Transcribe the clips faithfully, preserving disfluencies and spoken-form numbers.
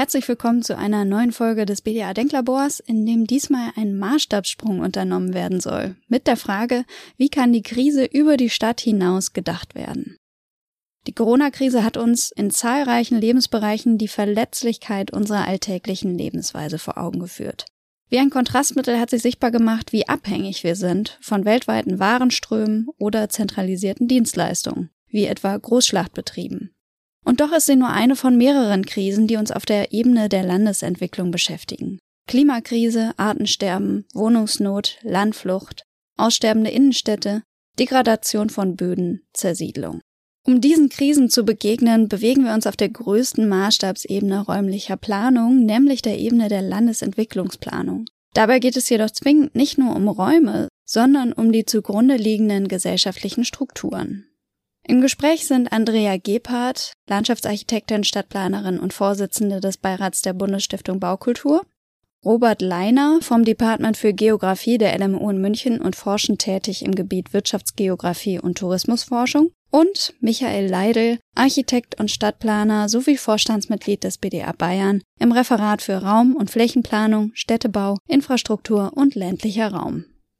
Herzlich willkommen zu einer neuen Folge des B D A-Denklabors, in dem diesmal ein Maßstabssprung unternommen werden soll, mit der Frage, wie kann die Krise über die Stadt hinaus gedacht werden? Die Corona-Krise hat uns in zahlreichen Lebensbereichen die Verletzlichkeit unserer alltäglichen Lebensweise vor Augen geführt. Wie ein Kontrastmittel hat sich sichtbar gemacht, wie abhängig wir sind von weltweiten Warenströmen oder zentralisierten Dienstleistungen, wie etwa Großschlachtbetrieben. Und doch ist sie nur eine von mehreren Krisen, die uns auf der Ebene der Landesentwicklung beschäftigen. Klimakrise, Artensterben, Wohnungsnot, Landflucht, aussterbende Innenstädte, Degradation von Böden, Zersiedlung. Um diesen Krisen zu begegnen, bewegen wir uns auf der größten Maßstabsebene räumlicher Planung, nämlich der Ebene der Landesentwicklungsplanung. Dabei geht es jedoch zwingend nicht nur um Räume, sondern um die zugrunde liegenden gesellschaftlichen Strukturen. Im Gespräch sind Andrea Gebhardt, Landschaftsarchitektin, Stadtplanerin und Vorsitzende des Beirats der Bundesstiftung Baukultur, Robert Leiner vom Department für Geografie der L M U in München und forschend tätig im Gebiet Wirtschaftsgeografie und Tourismusforschung und Michael Leidl, Architekt und Stadtplaner sowie Vorstandsmitglied des B D A Bayern im Referat für Raum- und Flächenplanung, Städtebau, Infrastruktur und ländlicher Raum.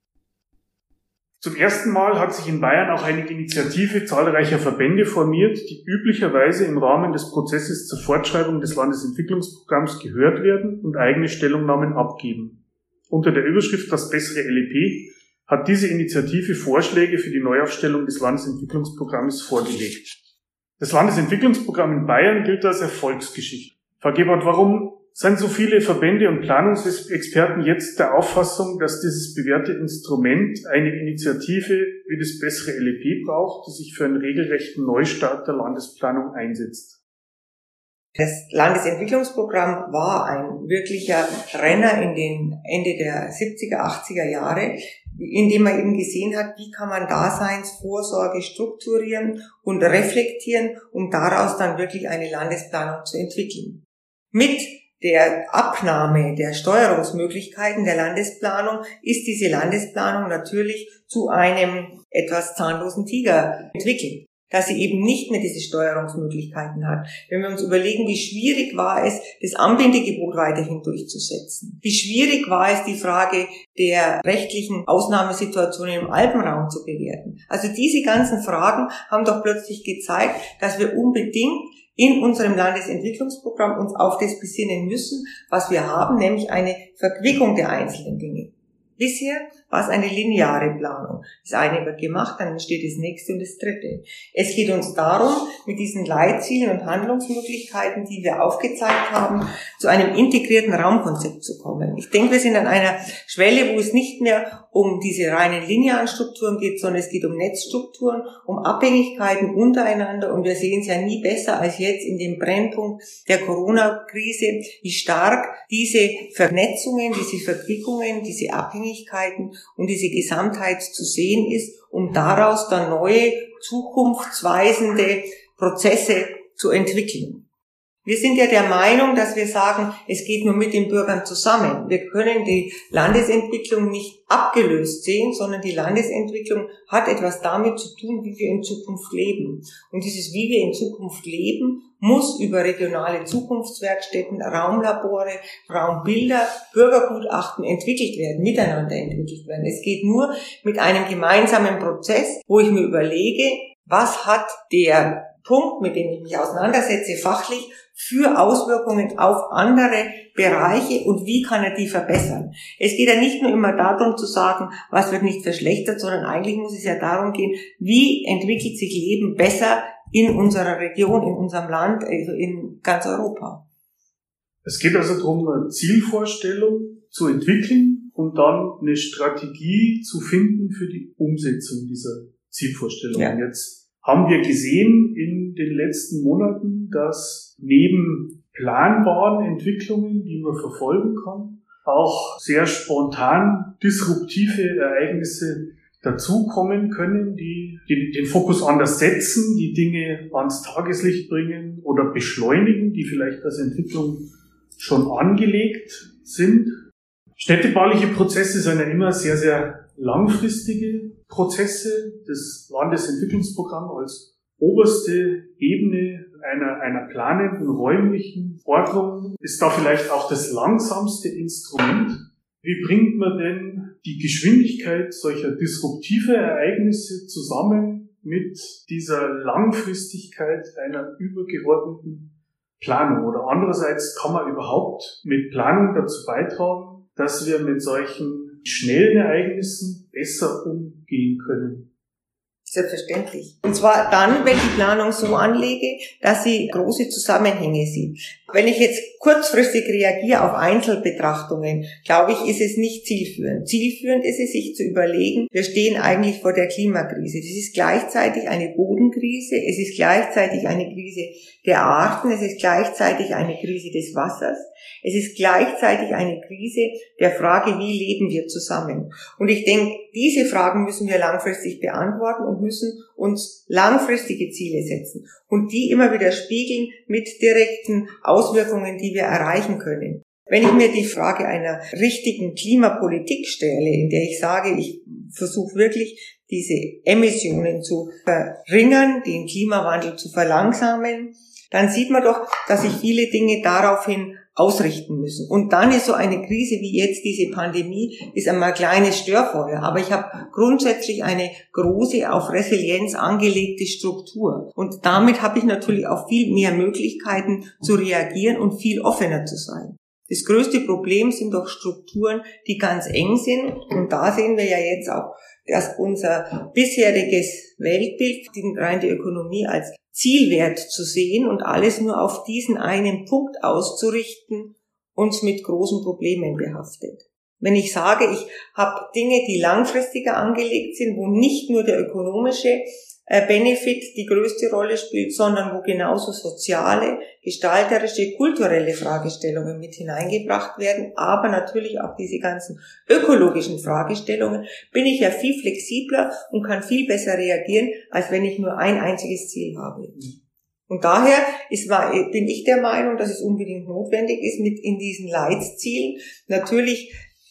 Zum ersten Mal hat sich in Bayern auch eine Initiative zahlreicher Verbände formiert, die üblicherweise im Rahmen des Prozesses zur Fortschreibung des Landesentwicklungsprogramms gehört werden und eigene Stellungnahmen abgeben. Unter der Überschrift Das bessere L E P hat diese Initiative Vorschläge für die Neuaufstellung des Landesentwicklungsprogramms vorgelegt. Das Landesentwicklungsprogramm in Bayern gilt als Erfolgsgeschichte. Frau Gebhardt, warum sind so viele Verbände und Planungsexperten jetzt der Auffassung, dass dieses bewährte Instrument eine Initiative wie das bessere L E P braucht, die sich für einen regelrechten Neustart der Landesplanung einsetzt? Das Landesentwicklungsprogramm war ein wirklicher Renner in den Ende der siebziger, achtziger Jahre, in dem man eben gesehen hat, wie kann man Daseinsvorsorge strukturieren und reflektieren, um daraus dann wirklich eine Landesplanung zu entwickeln. Mit der Abnahme der Steuerungsmöglichkeiten der Landesplanung ist diese Landesplanung natürlich zu einem etwas zahnlosen Tiger entwickelt, dass sie eben nicht mehr diese Steuerungsmöglichkeiten hat. Wenn wir uns überlegen, wie schwierig war es, das Anbindegebot weiterhin durchzusetzen, wie schwierig war es, die Frage der rechtlichen Ausnahmesituationen im Alpenraum zu bewerten. Also diese ganzen Fragen haben doch plötzlich gezeigt, dass wir unbedingt in unserem Landesentwicklungsprogramm uns auf das besinnen müssen, was wir haben, nämlich eine Verquickung der einzelnen Dinge. Bisher war es eine lineare Planung. Das eine wird gemacht, dann entsteht das nächste und das dritte. Es geht uns darum, mit diesen Leitzielen und Handlungsmöglichkeiten, die wir aufgezeigt haben, zu einem integrierten Raumkonzept zu kommen. Ich denke, wir sind an einer Schwelle, wo es nicht mehr um diese reinen linearen Strukturen geht, sondern es geht um Netzstrukturen, um Abhängigkeiten untereinander, und wir sehen es ja nie besser als jetzt in dem Brennpunkt der Corona-Krise, wie stark diese Vernetzungen, diese Verquickungen, diese Abhängigkeiten und diese Gesamtheit zu sehen ist, um daraus dann neue, zukunftsweisende Prozesse zu entwickeln. Wir sind ja der Meinung, dass wir sagen, es geht nur mit den Bürgern zusammen. Wir können die Landesentwicklung nicht abgelöst sehen, sondern die Landesentwicklung hat etwas damit zu tun, wie wir in Zukunft leben. Und dieses wie wir in Zukunft leben, muss über regionale Zukunftswerkstätten, Raumlabore, Raumbilder, Bürgergutachten entwickelt werden, miteinander entwickelt werden. Es geht nur mit einem gemeinsamen Prozess, wo ich mir überlege, was hat der Punkt, mit dem ich mich auseinandersetze, fachlich, für Auswirkungen auf andere Bereiche und wie kann er die verbessern. Es geht ja nicht nur immer darum zu sagen, was wird nicht verschlechtert, sondern eigentlich muss es ja darum gehen, wie entwickelt sich Leben besser in unserer Region, in unserem Land, also in ganz Europa. Es geht also darum, eine Zielvorstellung zu entwickeln und dann eine Strategie zu finden für die Umsetzung dieser Zielvorstellung. Ja. Jetzt haben wir gesehen in den letzten Monaten, dass neben planbaren Entwicklungen, die man verfolgen kann, auch sehr spontan disruptive Ereignisse dazukommen können, die den Fokus anders setzen, die Dinge ans Tageslicht bringen oder beschleunigen, die vielleicht als Entwicklung schon angelegt sind. Städtebauliche Prozesse sind ja immer sehr, sehr langfristige Prozesse. Das Landesentwicklungsprogramm als oberste Ebene einer, einer planenden räumlichen Ordnung ist da vielleicht auch das langsamste Instrument. Wie bringt man denn die Geschwindigkeit solcher disruptiver Ereignisse zusammen mit dieser Langfristigkeit einer übergeordneten Planung? Oder andererseits, kann man überhaupt mit Planung dazu beitragen, dass wir mit solchen schnellen Ereignissen besser umgehen können? Selbstverständlich. Und zwar dann, wenn die Planung so anlege, dass sie große Zusammenhänge sieht. Wenn ich jetzt kurzfristig reagiere auf Einzelbetrachtungen, glaube ich, ist es nicht zielführend. Zielführend ist es, sich zu überlegen, wir stehen eigentlich vor der Klimakrise. Das ist gleichzeitig eine Bodenkrise, es ist gleichzeitig eine Krise der Arten, es ist gleichzeitig eine Krise des Wassers, es ist gleichzeitig eine Krise der Frage, wie leben wir zusammen. Und ich denke, diese Fragen müssen wir langfristig beantworten und müssen uns langfristige Ziele setzen und die immer wieder spiegeln mit direkten Auswirkungen, die wir erreichen können. Wenn ich mir die Frage einer richtigen Klimapolitik stelle, in der ich sage, ich versuche wirklich diese Emissionen zu verringern, den Klimawandel zu verlangsamen, dann sieht man doch, dass sich viele Dinge daraufhin ausrichten müssen. Und dann ist so eine Krise wie jetzt diese Pandemie, ist einmal ein kleines Störfeuer. Aber ich habe grundsätzlich eine große, auf Resilienz angelegte Struktur. Und damit habe ich natürlich auch viel mehr Möglichkeiten zu reagieren und viel offener zu sein. Das größte Problem sind doch Strukturen, die ganz eng sind. Und da sehen wir ja jetzt auch, dass unser bisheriges Weltbild, die reine Ökonomie als Zielwert zu sehen und alles nur auf diesen einen Punkt auszurichten, uns mit großen Problemen behaftet. Wenn ich sage, ich habe Dinge, die langfristiger angelegt sind, wo nicht nur der ökonomische Benefit die größte Rolle spielt, sondern wo genauso soziale, gestalterische, kulturelle Fragestellungen mit hineingebracht werden, aber natürlich auch diese ganzen ökologischen Fragestellungen, bin ich ja viel flexibler und kann viel besser reagieren, als wenn ich nur ein einziges Ziel habe. Und daher ist, bin ich der Meinung, dass es unbedingt notwendig ist, mit in diesen Leitzielen natürlich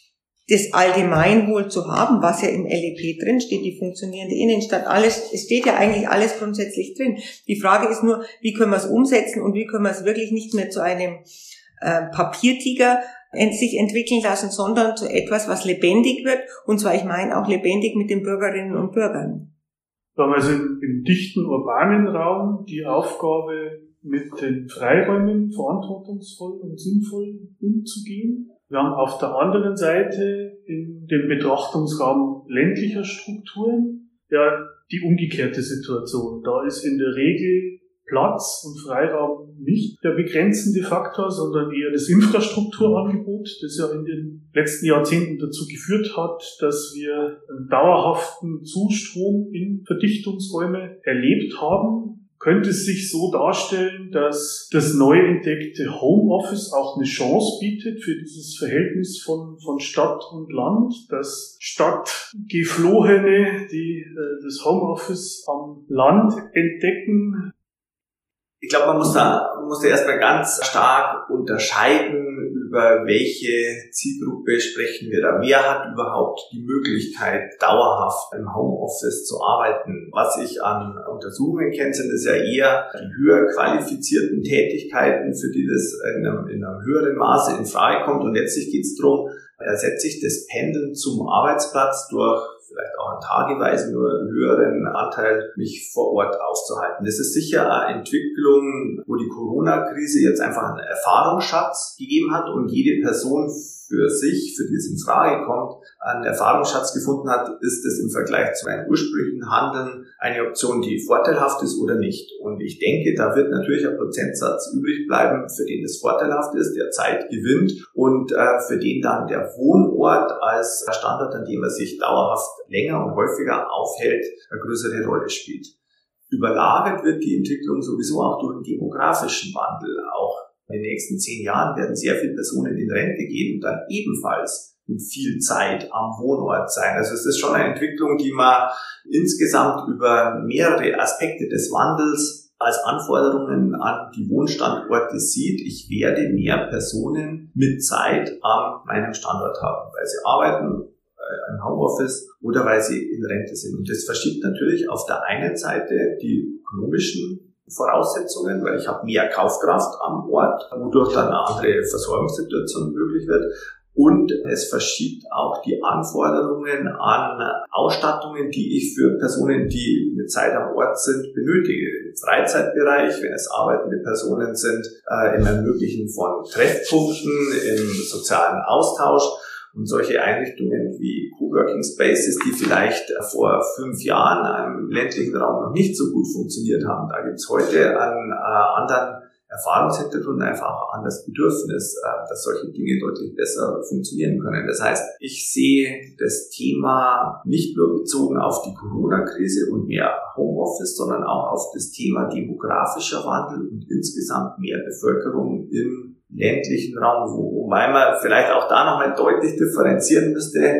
das Allgemeinwohl zu haben, was ja im L E P drin steht, die funktionierende Innenstadt, alles, es steht ja eigentlich alles grundsätzlich drin. Die Frage ist nur, wie können wir es umsetzen und wie können wir es wirklich nicht mehr zu einem äh, Papiertiger sich entwickeln lassen, sondern zu etwas, was lebendig wird, und zwar, ich meine auch lebendig mit den Bürgerinnen und Bürgern. Wir haben also im, im dichten urbanen Raum die Aufgabe, mit den Freiräumen verantwortungsvoll und sinnvoll umzugehen. Wir haben auf der anderen Seite in dem Betrachtungsraum ländlicher Strukturen ja die umgekehrte Situation. Da ist in der Regel Platz und Freiraum nicht der begrenzende Faktor, sondern eher das Infrastrukturangebot, das ja in den letzten Jahrzehnten dazu geführt hat, dass wir einen dauerhaften Zustrom in Verdichtungsräume erlebt haben. Könnte es sich so darstellen, dass das neu entdeckte Homeoffice auch eine Chance bietet für dieses Verhältnis von, von Stadt und Land, dass Stadtgeflohene, die äh, das Homeoffice am Land entdecken? Ich glaube, man muss da, man muss da erstmal ganz stark unterscheiden, über welche Zielgruppe sprechen wir da. Wer hat überhaupt die Möglichkeit, dauerhaft im Homeoffice zu arbeiten? Was ich an Untersuchungen kenne, sind es ja eher die höher qualifizierten Tätigkeiten, für die das in einem, in einem höheren Maße in Frage kommt. Und letztlich geht es darum, ersetze ich das Pendeln zum Arbeitsplatz durch vielleicht auch an tageweise nur einen höheren Anteil, mich vor Ort aufzuhalten. Das ist sicher eine Entwicklung, wo die Corona-Krise jetzt einfach einen Erfahrungsschatz gegeben hat und jede Person für sich, für die es in Frage kommt, einen Erfahrungsschatz gefunden hat, ist es im Vergleich zu einem ursprünglichen Handeln eine Option, die vorteilhaft ist oder nicht. Und ich denke, da wird natürlich ein Prozentsatz übrig bleiben, für den es vorteilhaft ist, der Zeit gewinnt und äh, für den dann der Wohnort als Standort, an dem er sich dauerhaft länger und häufiger aufhält, eine größere Rolle spielt. Überlagert wird die Entwicklung sowieso auch durch den demografischen Wandel. Auch in den nächsten zehn Jahren werden sehr viele Personen in Rente gehen und dann ebenfalls mit viel Zeit am Wohnort sein. Also es ist schon eine Entwicklung, die man insgesamt über mehrere Aspekte des Wandels als Anforderungen an die Wohnstandorte sieht. Ich werde mehr Personen mit Zeit an meinem Standort haben, weil sie arbeiten im Homeoffice oder weil sie in Rente sind. Und das verschiebt natürlich auf der einen Seite die ökonomischen Voraussetzungen, weil ich habe mehr Kaufkraft am Ort, wodurch dann eine andere Versorgungssituation möglich wird. Und es verschiebt auch die Anforderungen an Ausstattungen, die ich für Personen, die mit Zeit am Ort sind, benötige. Im Freizeitbereich, wenn es arbeitende Personen sind, äh, im Ermöglichen von Treffpunkten, im sozialen Austausch. Und solche Einrichtungen wie Coworking Spaces, die vielleicht vor fünf Jahren im ländlichen Raum noch nicht so gut funktioniert haben, da gibt es heute einen äh, anderen Erfahrungshintergrund, einfach ein anderes Bedürfnis, äh, dass solche Dinge deutlich besser funktionieren können. Das heißt, ich sehe das Thema nicht nur bezogen auf die Corona-Krise und mehr Homeoffice, sondern auch auf das Thema demografischer Wandel und insgesamt mehr Bevölkerung im ländlichen Raum, wobei man vielleicht auch da nochmal deutlich differenzieren müsste.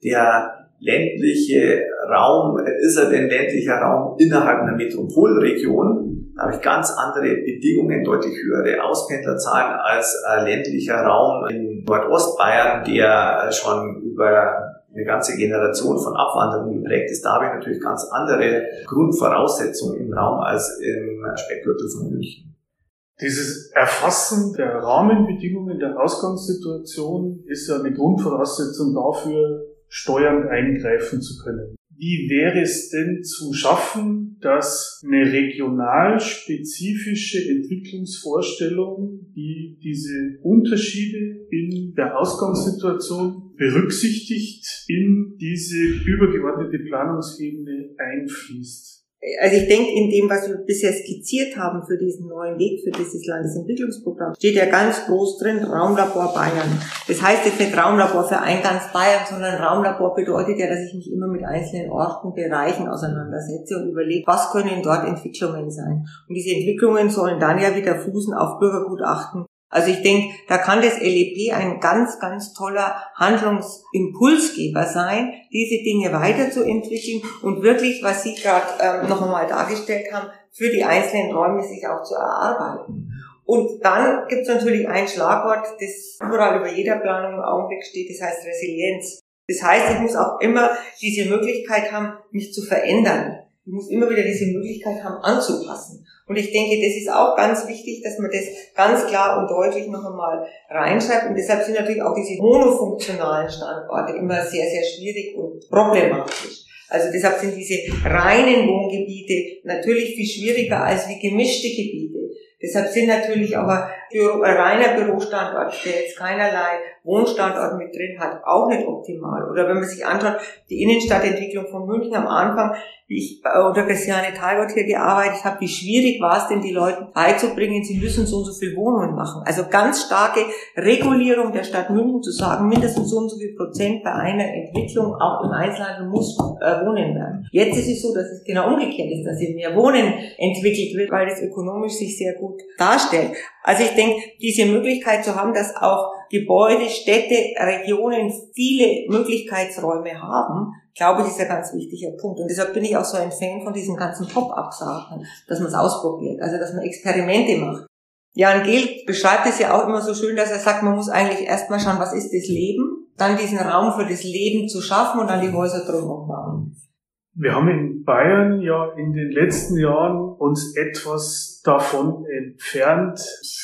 Der ländliche Raum, ist er denn ländlicher Raum innerhalb einer Metropolregion? Da habe ich ganz andere Bedingungen, deutlich höhere Auspendlerzahlen als ein ländlicher Raum in Nordostbayern, der schon über eine ganze Generation von Abwanderung geprägt ist. Da habe ich natürlich ganz andere Grundvoraussetzungen im Raum als im Speckgürtel von München. Dieses Erfassen der Rahmenbedingungen der Ausgangssituation ist ja eine Grundvoraussetzung dafür, steuernd eingreifen zu können. Wie wäre es denn zu schaffen, dass eine regional spezifische Entwicklungsvorstellung, die diese Unterschiede in der Ausgangssituation berücksichtigt, in diese übergeordnete Planungsebene einfließt? Also ich denke, in dem, was wir bisher skizziert haben für diesen neuen Weg, für dieses Landesentwicklungsprogramm, steht ja ganz groß drin, Raumlabor Bayern. Das heißt jetzt nicht Raumlabor für ein ganz Bayern, sondern Raumlabor bedeutet ja, dass ich mich immer mit einzelnen Orten, Bereichen auseinandersetze und überlege, was können dort Entwicklungen sein. Und diese Entwicklungen sollen dann ja wieder fußen auf Bürgergutachten. Also ich denke, da kann das L E P ein ganz, ganz toller Handlungsimpulsgeber sein, diese Dinge weiterzuentwickeln und wirklich, was Sie gerade ähm, noch einmal dargestellt haben, für die einzelnen Räume sich auch zu erarbeiten. Und dann gibt es natürlich ein Schlagwort, das überall über jeder Planung im Augenblick steht, das heißt Resilienz. Das heißt, ich muss auch immer diese Möglichkeit haben, mich zu verändern. Ich muss immer wieder diese Möglichkeit haben, anzupassen. Und ich denke, das ist auch ganz wichtig, dass man das ganz klar und deutlich noch einmal reinschreibt. Und deshalb sind natürlich auch diese monofunktionalen Standorte immer sehr, sehr schwierig und problematisch. Also deshalb sind diese reinen Wohngebiete natürlich viel schwieriger als wie gemischte Gebiete. Deshalb sind natürlich aber Büro, ein reiner Bürostandort, der jetzt keinerlei Wohnstandort mit drin hat, auch nicht optimal. Oder wenn man sich anschaut, die Innenstadtentwicklung von München am Anfang, wie ich unter Christiane Talbot hier gearbeitet habe, wie schwierig war es denn, die Leute beizubringen, sie müssen so und so viel Wohnungen machen. Also ganz starke Regulierung der Stadt München, zu sagen, mindestens so und so viel Prozent bei einer Entwicklung, auch im Einzelhandel, muss äh, Wohnen werden. Jetzt ist es so, dass es genau umgekehrt ist, dass eben mehr Wohnen entwickelt wird, weil das ökonomisch sich sehr gut darstellt. Also ich denke, diese Möglichkeit zu haben, dass auch Gebäude, Städte, Regionen viele Möglichkeitsräume haben, glaube ich, ist ein ganz wichtiger Punkt. Und deshalb bin ich auch so ein Fan von diesen ganzen Pop-up-Sachen, dass man es ausprobiert, also dass man Experimente macht. Jan Gehl beschreibt es ja auch immer so schön, dass er sagt, man muss eigentlich erstmal schauen, was ist das Leben, dann diesen Raum für das Leben zu schaffen und dann die Häuser drumherum bauen. Wir haben in Bayern ja in den letzten Jahren uns etwas davon entfernt,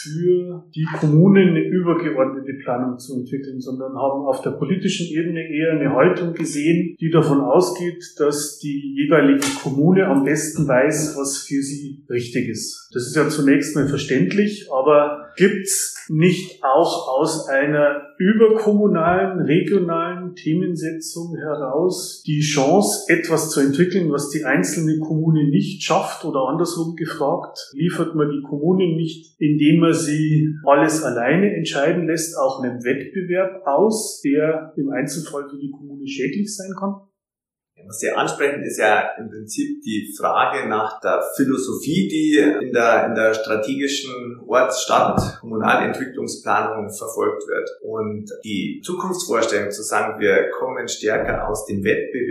für die Kommunen eine übergeordnete Planung zu entwickeln, sondern haben auf der politischen Ebene eher eine Haltung gesehen, die davon ausgeht, dass die jeweilige Kommune am besten weiß, was für sie richtig ist. Das ist ja zunächst mal verständlich, aber gibt's nicht auch aus einer überkommunalen, regionalen Themensetzung heraus die Chance, etwas zu entwickeln, was die einzelne Kommune nicht schafft, oder andersrum gefragt, liefert man die Kommune nicht, indem man sie alles alleine entscheiden lässt, auch einem Wettbewerb aus, der im Einzelfall für die Kommune schädlich sein kann? Was sehr ansprechend ist ja im Prinzip die Frage nach der Philosophie, die in der, in der strategischen Orts-, Stadt-, Kommunalentwicklungsplanung verfolgt wird. Und die Zukunftsvorstellung zu sagen, wir kommen stärker aus dem Wettbewerb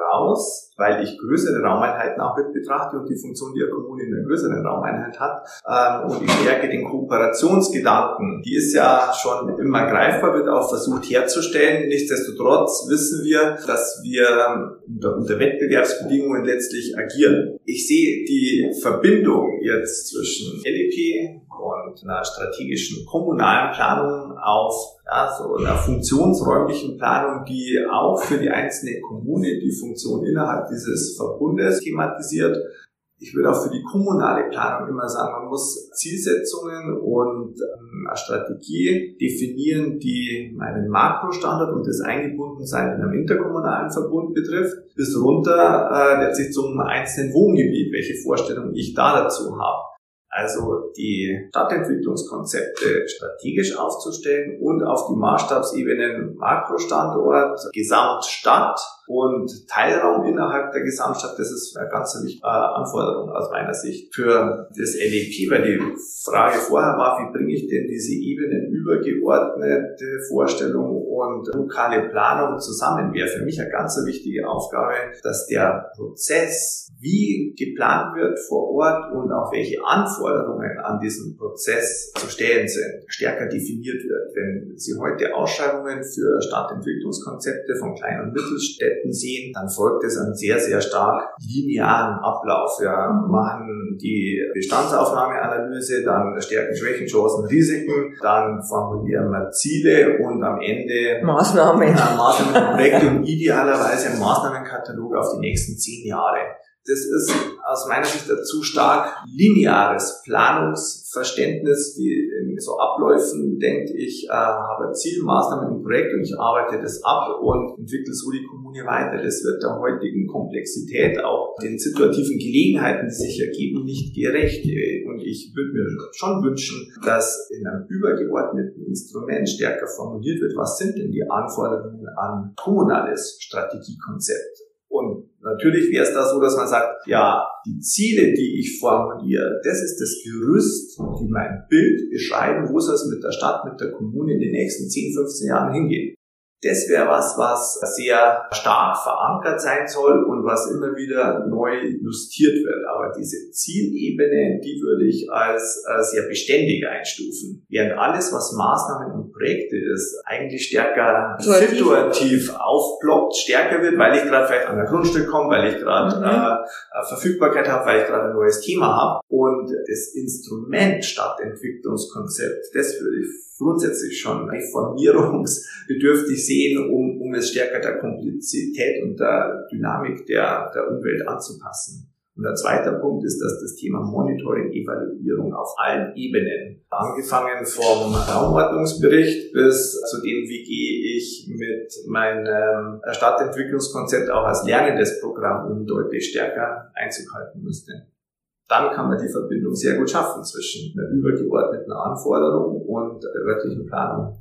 raus, weil ich größere Raumeinheiten auch mit betrachte und die Funktion, die eine Kommune in einer größeren Raumeinheit hat. Ähm, und ich stärke den Kooperationsgedanken. Die ist ja schon immer greifbar, wird auch versucht herzustellen. Nichtsdestotrotz wissen wir, dass wir unter, unter Wettbewerbsbedingungen letztlich agieren. Ich sehe die Verbindung jetzt zwischen L E P und einer strategischen kommunalen Planung auf ja, so einer funktionsräumlichen Planung, die auch für die einzelne Kommune die Funktion innerhalb dieses Verbundes thematisiert. Ich würde auch für die kommunale Planung immer sagen, man muss Zielsetzungen und ähm, eine Strategie definieren, die einen Makrostandard und das Eingebundensein in einem interkommunalen Verbund betrifft, bis runter äh, letztlich zum einzelnen Wohngebiet, welche Vorstellung ich da dazu habe. Also die Stadtentwicklungskonzepte strategisch aufzustellen und auf die Maßstabsebenen Makrostandort, Gesamtstadt und Teilraum innerhalb der Gesamtstadt, das ist eine ganz wichtige Anforderung aus meiner Sicht für das L E P, weil die Frage vorher war, wie bringe ich denn diese Ebenen übergeordnete Vorstellung und lokale Planung zusammen, wäre für mich eine ganz wichtige Aufgabe, dass der Prozess, wie geplant wird vor Ort und auch welche Anforderungen an diesen Prozess zu stellen sind, stärker definiert wird. Wenn Sie heute Ausschreibungen für Stadtentwicklungskonzepte von Klein- und Mittelstädten sehen, dann folgt es einem sehr, sehr stark linearen Ablauf. Wir machen die Bestandsaufnahmeanalyse, dann Stärken, Schwächen, Chancen, Risiken, dann formulieren wir Ziele und am Ende Maßnahmen, äh, Maßnahmen, Projekte und idealerweise einen Maßnahmenkatalog auf die nächsten zehn Jahre. Das ist aus meiner Sicht ein zu stark lineares Planungsverständnis, wie in so Abläufen denkt, ich äh, habe Zielmaßnahmen im Projekt und ich arbeite das ab und entwickle so die Kommune weiter. Das wird der heutigen Komplexität, auch den situativen Gelegenheiten, die sich ergeben, nicht gerecht. Und ich würde mir schon wünschen, dass in einem übergeordneten Instrument stärker formuliert wird, was sind denn die Anforderungen an kommunales Strategiekonzept. Und natürlich wäre es da so, dass man sagt, ja, die Ziele, die ich formuliere, das ist das Gerüst, die mein Bild beschreiben, wo soll es mit der Stadt, mit der Kommune in den nächsten zehn, fünfzehn Jahren hingehen. Das wäre was, was sehr stark verankert sein soll und was immer wieder neu justiert wird. Aber diese Zielebene, die würde ich als sehr beständig einstufen. Während alles, was Maßnahmen und Projekte ist, eigentlich stärker situativ, situativ aufploppt, stärker wird, weil ich gerade vielleicht an ein Grundstück komme, weil ich gerade mhm. äh, Verfügbarkeit habe, weil ich gerade ein neues Thema habe. Und das Instrument Stadtentwicklungskonzept, das würde ich grundsätzlich schon reformierungsbedürftig sehen, um, um es stärker der Komplexität und der Dynamik der, der Umwelt anzupassen. Und der zweite Punkt ist, dass das Thema Monitoring, Evaluierung auf allen Ebenen, angefangen vom Raumordnungsbericht bis zu dem, wie gehe ich mit meinem Stadtentwicklungskonzept auch als lernendes Programm um, deutlich stärker Einzug halten müsste. Dann kann man die Verbindung sehr gut schaffen zwischen einer übergeordneten Anforderung und der örtlichen Planung.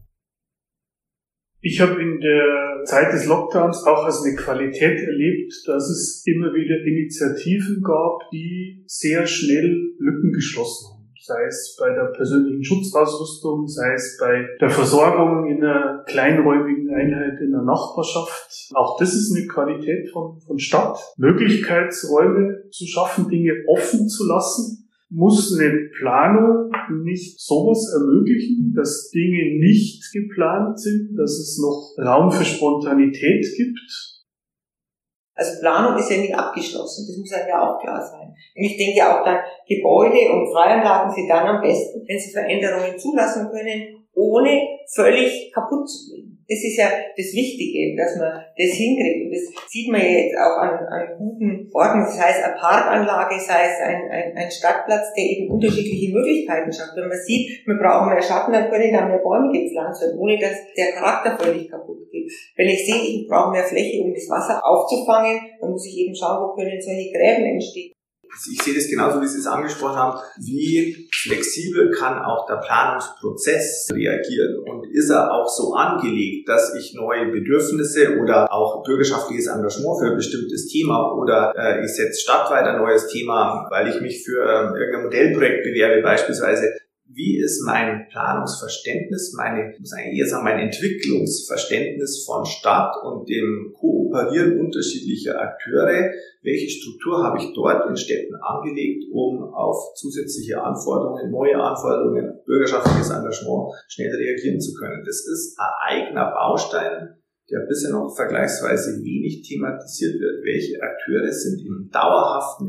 Ich habe in der Zeit des Lockdowns auch als eine Qualität erlebt, dass es immer wieder Initiativen gab, die sehr schnell Lücken geschlossen haben. Sei es bei der persönlichen Schutzausrüstung, sei es bei der Versorgung in einer kleinräumigen Einheit in der Nachbarschaft. Auch das ist eine Qualität von, von Stadt. Möglichkeitsräume zu schaffen, Dinge offen zu lassen. Muss eine Planung nicht sowas ermöglichen, dass Dinge nicht geplant sind, dass es noch Raum für Spontanität gibt? Also Planung ist ja nicht abgeschlossen, das muss einem ja auch klar sein. Und ich denke auch dann, Gebäude und Freianlagen sind dann am besten, wenn sie Veränderungen zulassen können, ohne völlig kaputt zu gehen. Das ist ja das Wichtige, dass man das hinkriegt. Und das sieht man jetzt auch an, an guten Orten, sei es eine Parkanlage, sei es ein, ein, ein Stadtplatz, der eben unterschiedliche Möglichkeiten schafft. Wenn man sieht, wir brauchen mehr Schatten, dann können da mehr Bäume gepflanzt werden, ohne dass der Charakter völlig kaputt geht. Wenn ich sehe, ich brauche mehr Fläche, um das Wasser aufzufangen, dann muss ich eben schauen, wo können solche Gräben entstehen. Ich sehe das genauso, wie Sie es angesprochen haben. Wie flexibel kann auch der Planungsprozess reagieren? Und ist er auch so angelegt, dass ich neue Bedürfnisse oder auch bürgerschaftliches Engagement für ein bestimmtes Thema oder äh, ich setze stadtweit ein neues Thema, weil ich mich für äh, irgendein Modellprojekt bewerbe beispielsweise. wie ist mein Planungsverständnis, meine, ich muss eigentlich eher sagen, mein Entwicklungsverständnis von Stadt und dem Kooperieren unterschiedlicher Akteure, welche Struktur habe ich dort in Städten angelegt, um auf zusätzliche Anforderungen, neue Anforderungen, bürgerschaftliches Engagement schnell reagieren zu können. Das ist ein eigener Baustein, der bisher noch vergleichsweise wenig thematisiert wird. Welche Akteure sind im dauerhaften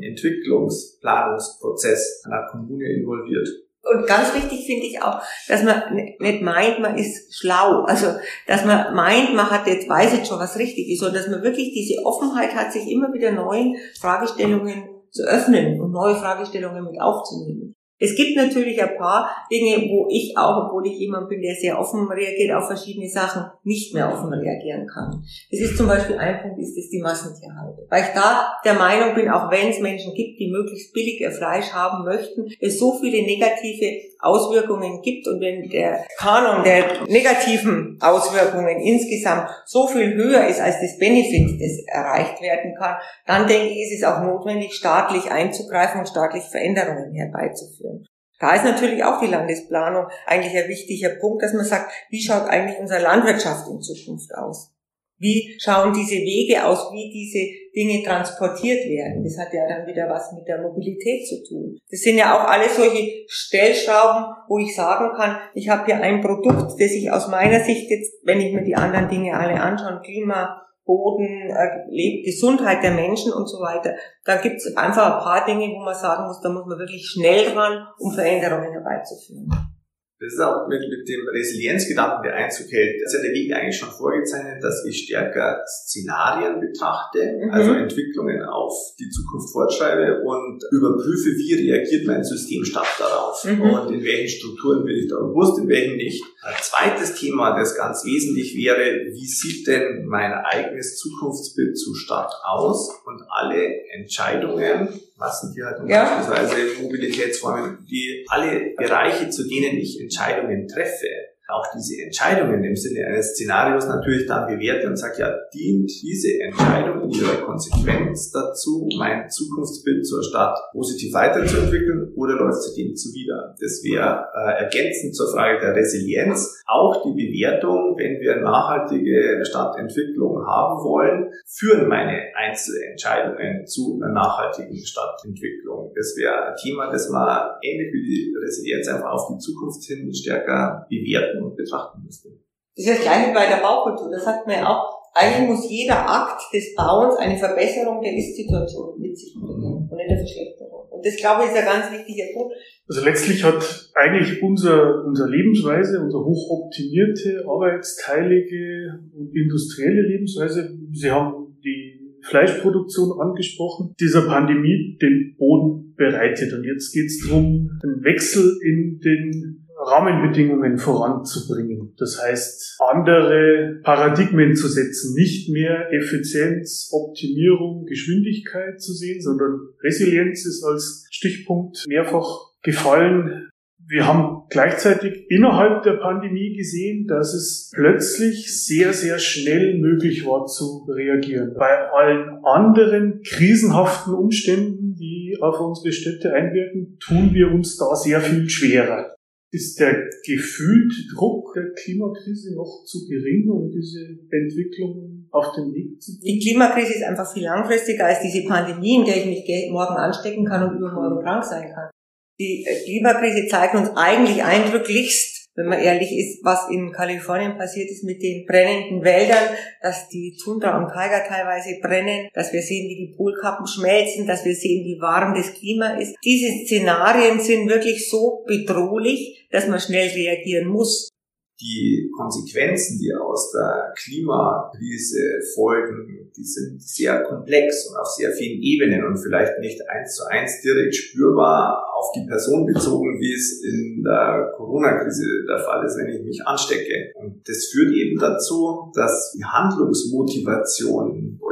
Entwicklungsplanungsprozess einer Kommune involviert? Und ganz wichtig finde ich auch, dass man nicht meint, man ist schlau. Also, dass man meint, man hat jetzt, weiß jetzt schon, was richtig ist, sondern dass man wirklich diese Offenheit hat, sich immer wieder neuen Fragestellungen zu öffnen und neue Fragestellungen mit aufzunehmen. Es gibt natürlich ein paar Dinge, wo ich auch, obwohl ich jemand bin, der sehr offen reagiert auf verschiedene Sachen, nicht mehr offen reagieren kann. Das ist zum Beispiel ein Punkt, ist das die Massentierhaltung. Weil ich da der Meinung bin, auch wenn es Menschen gibt, die möglichst billig ihr Fleisch haben möchten, es so viele negative Auswirkungen gibt und wenn der Kanon der negativen Auswirkungen insgesamt so viel höher ist als das Benefit, das erreicht werden kann, dann denke ich, ist es auch notwendig, staatlich einzugreifen und staatlich Veränderungen herbeizuführen. Da ist natürlich auch die Landesplanung eigentlich ein wichtiger Punkt, dass man sagt, wie schaut eigentlich unsere Landwirtschaft in Zukunft aus? Wie schauen diese Wege aus, wie diese Dinge transportiert werden? Das hat ja dann wieder was mit der Mobilität zu tun. Das sind ja auch alles solche Stellschrauben, wo ich sagen kann, ich habe hier ein Produkt, das ich aus meiner Sicht jetzt, wenn ich mir die anderen Dinge alle anschaue, Klima, Boden, äh, Gesundheit der Menschen und so weiter, da gibt es einfach ein paar Dinge, wo man sagen muss, da muss man wirklich schnell dran, um Veränderungen herbeizuführen. Das ist auch mit, mit dem Resilienzgedanken, der Einzug hält. Das ist ja der Weg eigentlich schon vorgezeichnet, dass ich stärker Szenarien betrachte, mhm. also Entwicklungen auf die Zukunft fortschreibe und überprüfe, wie reagiert mein Systemstaat darauf mhm. und in welchen Strukturen bin ich da robust, in welchen nicht. Ein zweites Thema, das ganz wesentlich wäre, wie sieht denn mein eigenes Zukunftsbild zur Stadt aus und alle Entscheidungen, Massentierhaltung, ja. beispielsweise Mobilitätsformen, die alle Bereiche, zu denen ich Entscheidungen treffe, auch diese Entscheidungen im Sinne eines Szenarios natürlich dann bewerte und sage, ja, dient diese Entscheidung in ihrer Konsequenz dazu, mein Zukunftsbild zur Stadt positiv weiterzuentwickeln oder läuft sie dem zuwider? Das wäre äh, ergänzend zur Frage der Resilienz auch die Bewertung, wenn wir nachhaltige Stadtentwicklung haben wollen, führen meine Einzelentscheidungen zu einer nachhaltigen Stadtentwicklung. Das wäre ein Thema, das man ähnlich wie die Resilienz einfach auf die Zukunft hin stärker bewerten und betrachten müsste. Das ist das Gleiche bei der Baukultur. Das sagt man ja auch. Eigentlich muss jeder Akt des Bauens eine Verbesserung der Ist-Situation mit sich bringen und nicht eine Verschlechterung. Und das, glaube ich, ist ein ganz wichtiger Punkt. Also letztlich hat eigentlich unser, unsere Lebensweise, unsere hochoptimierte, arbeitsteilige und industrielle Lebensweise, Sie haben die Fleischproduktion angesprochen, dieser Pandemie den Boden bereitet. Und jetzt geht es darum, einen Wechsel in den Rahmenbedingungen voranzubringen. Das heißt, andere Paradigmen zu setzen, nicht mehr Effizienz, Optimierung, Geschwindigkeit zu sehen, sondern Resilienz ist als Stichpunkt mehrfach gefallen. Wir haben gleichzeitig innerhalb der Pandemie gesehen, dass es plötzlich sehr, sehr schnell möglich war zu reagieren. Bei allen anderen krisenhaften Umständen, die auf unsere Städte einwirken, tun wir uns da sehr viel schwerer. Ist der gefühlte Druck der Klimakrise noch zu gering, um diese Entwicklungen auf den Weg zu bringen? Die Klimakrise ist einfach viel langfristiger als diese Pandemie, in der ich mich morgen anstecken kann und übermorgen krank sein kann. Die Klimakrise zeigt uns eigentlich eindrücklichst, wenn man ehrlich ist, was in Kalifornien passiert ist mit den brennenden Wäldern, dass die Tundra und Taiga teilweise brennen, dass wir sehen, wie die Polkappen schmelzen, dass wir sehen, wie warm das Klima ist. Diese Szenarien sind wirklich so bedrohlich, dass man schnell reagieren muss. Die Konsequenzen, die aus der Klimakrise folgen, die sind sehr komplex und auf sehr vielen Ebenen und vielleicht nicht eins zu eins direkt spürbar auf die Person bezogen, wie es in der Corona-Krise der Fall ist, wenn ich mich anstecke. Und das führt eben dazu, dass die Handlungsmotivation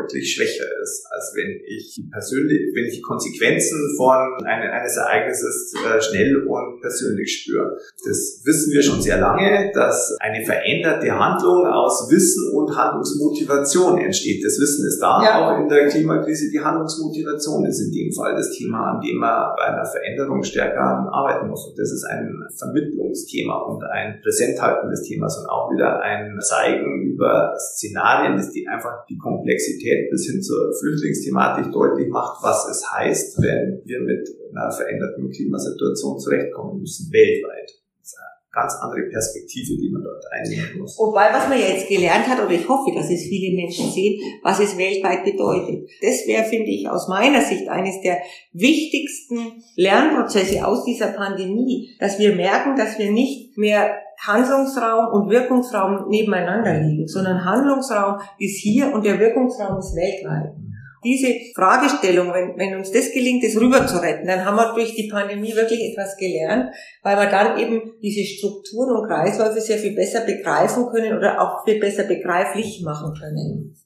deutlich schwächer ist, als wenn ich die persönlich, wenn ich die Konsequenzen von eine, eines Ereignisses äh, schnell und persönlich spüre. Das wissen wir schon sehr lange, dass eine veränderte Handlung aus Wissen und Handlungsmotivation entsteht. Das Wissen ist da, ja. Auch in der Klimakrise. Die Handlungsmotivation ist in dem Fall das Thema, an dem man bei einer Veränderung stärker arbeiten muss. Und das ist ein Vermittlungsthema und ein Präsenthalten des Themas und auch wieder ein Zeigen über Szenarien, das die einfach die Komplexität bis hin zur Flüchtlingsthematik deutlich macht, was es heißt, wenn wir mit einer veränderten Klimasituation zurechtkommen müssen, weltweit. Das ist eine ganz andere Perspektive, die man dort einnehmen muss. Wobei, was man ja jetzt gelernt hat, oder ich hoffe, dass es viele Menschen sehen, was es weltweit bedeutet. Das wäre, finde ich, aus meiner Sicht eines der wichtigsten Lernprozesse aus dieser Pandemie, dass wir merken, dass wir nicht mehr Handlungsraum und Wirkungsraum nebeneinander liegen, sondern Handlungsraum ist hier und der Wirkungsraum ist weltweit. Diese Fragestellung, wenn, wenn uns das gelingt, das rüber zu retten, dann haben wir durch die Pandemie wirklich etwas gelernt, weil wir dann eben diese Strukturen und Kreisläufe sehr viel besser begreifen können oder auch viel besser begreiflich machen können.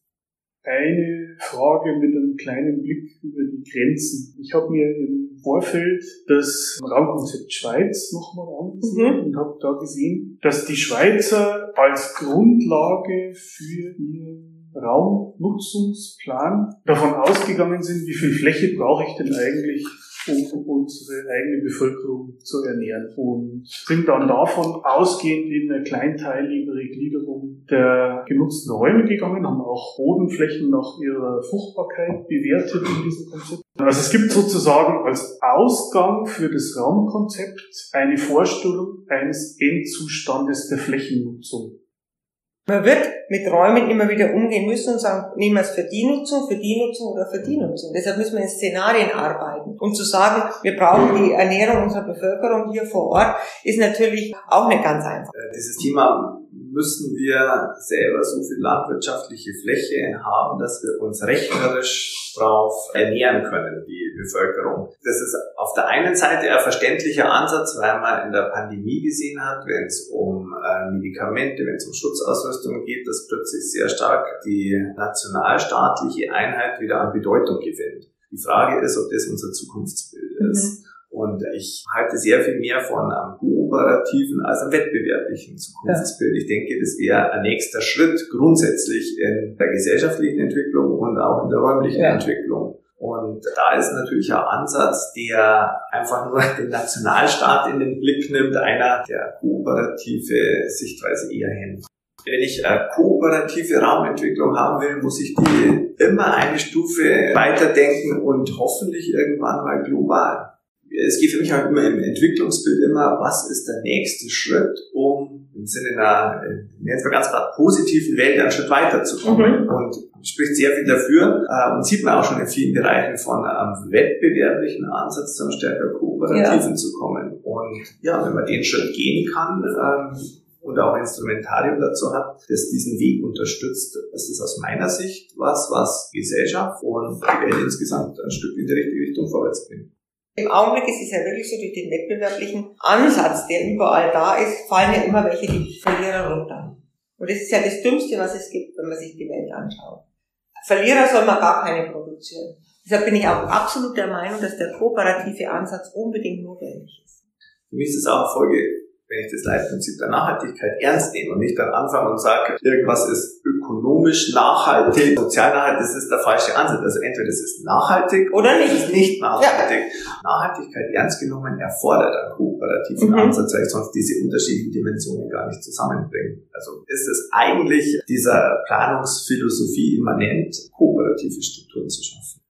Eine Frage mit einem kleinen Blick über die Grenzen. Ich habe mir im Vorfeld das Raumkonzept Schweiz nochmal angesehen mhm. und habe da gesehen, dass die Schweizer als Grundlage für ihren Raumnutzungsplan davon ausgegangen sind, wie viel Fläche brauche ich denn eigentlich, um unsere eigene Bevölkerung zu ernähren. Und sind dann davon ausgehend in eine kleinteiligere Gliederung der genutzten Räume gegangen, haben auch Bodenflächen nach ihrer Fruchtbarkeit bewertet in diesem Konzept. Also es gibt sozusagen als Ausgang für das Raumkonzept eine Vorstellung eines Endzustandes der Flächennutzung. Man wird mit Räumen immer wieder umgehen müssen und sagen, nehmen wir es für die Nutzung, für die Nutzung oder für die Nutzung. Deshalb müssen wir in Szenarien arbeiten. Und zu sagen, wir brauchen die Ernährung unserer Bevölkerung hier vor Ort, ist natürlich auch nicht ganz einfach. Dieses Thema müssen wir selber so viel landwirtschaftliche Fläche haben, dass wir uns rechnerisch drauf ernähren können, die Bevölkerung. Das ist auf der einen Seite ein verständlicher Ansatz, weil man in der Pandemie gesehen hat, wenn es um äh, Medikamente, wenn es um Schutzausrüstung geht, dass plötzlich sehr stark die nationalstaatliche Einheit wieder an Bedeutung gewinnt. Die Frage ist, ob das unser Zukunftsbild mhm. ist. Und ich halte sehr viel mehr von einem kooperativen als einem wettbewerblichen Zukunftsbild. Ich denke, das wäre ein nächster Schritt grundsätzlich in der gesellschaftlichen Entwicklung und auch in der räumlichen ja. Entwicklung. Und da ist natürlich ein Ansatz, der einfach nur den Nationalstaat in den Blick nimmt, einer, der kooperative Sichtweise eher hemmt. Wenn ich eine kooperative Raumentwicklung haben will, muss ich die immer eine Stufe weiterdenken und hoffentlich irgendwann mal global. Es geht für mich halt immer im Entwicklungsbild immer, was ist der nächste Schritt, um im Sinne einer, jetzt mal ganz gerade positiven Welt einen Schritt weiterzukommen. Mhm. Und spricht sehr viel dafür äh, und sieht man auch schon in vielen Bereichen von einem wettbewerblichen Ansatz zu einem stärker kooperativen ja. zu kommen. Und ja, wenn man den Schritt gehen kann ähm, und auch ein Instrumentarium dazu hat, das diesen Weg unterstützt, das ist aus meiner Sicht was, was Gesellschaft und die Welt insgesamt ein Stück in die richtige Richtung vorwärts bringt. Im Augenblick ist es ja wirklich so, durch den wettbewerblichen Ansatz, der überall da ist, fallen ja immer welche die Verlierer runter. Und das ist ja das Dümmste, was es gibt, wenn man sich die Welt anschaut. Verlierer soll man gar keine produzieren. Deshalb bin ich auch absolut der Meinung, dass der kooperative Ansatz unbedingt notwendig ist. Für mich ist es auch eine Folge, wenn ich das Leitprinzip der Nachhaltigkeit ernst nehme und nicht dann anfange und sage, irgendwas ist ökonomisch nachhaltig, sozial nachhaltig, das ist der falsche Ansatz. Also entweder es ist nachhaltig oder nicht, ist nicht nachhaltig. Ja. Nachhaltigkeit ernst genommen erfordert einen kooperativen mhm. Ansatz, weil ich sonst diese unterschiedlichen Dimensionen gar nicht zusammenbringe. Also ist es eigentlich dieser Planungsphilosophie immanent, kooperative Strukturen zu schaffen.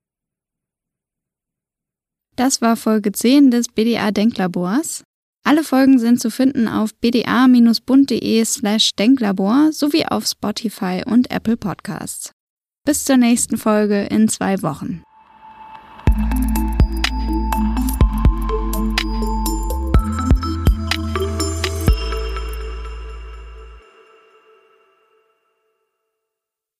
Das war Folge zehn des B D A-Denklabors. Alle Folgen sind zu finden auf b d a bindestrich b u n d punkt d e slash denklabor sowie auf Spotify und Apple Podcasts. Bis zur nächsten Folge in zwei Wochen.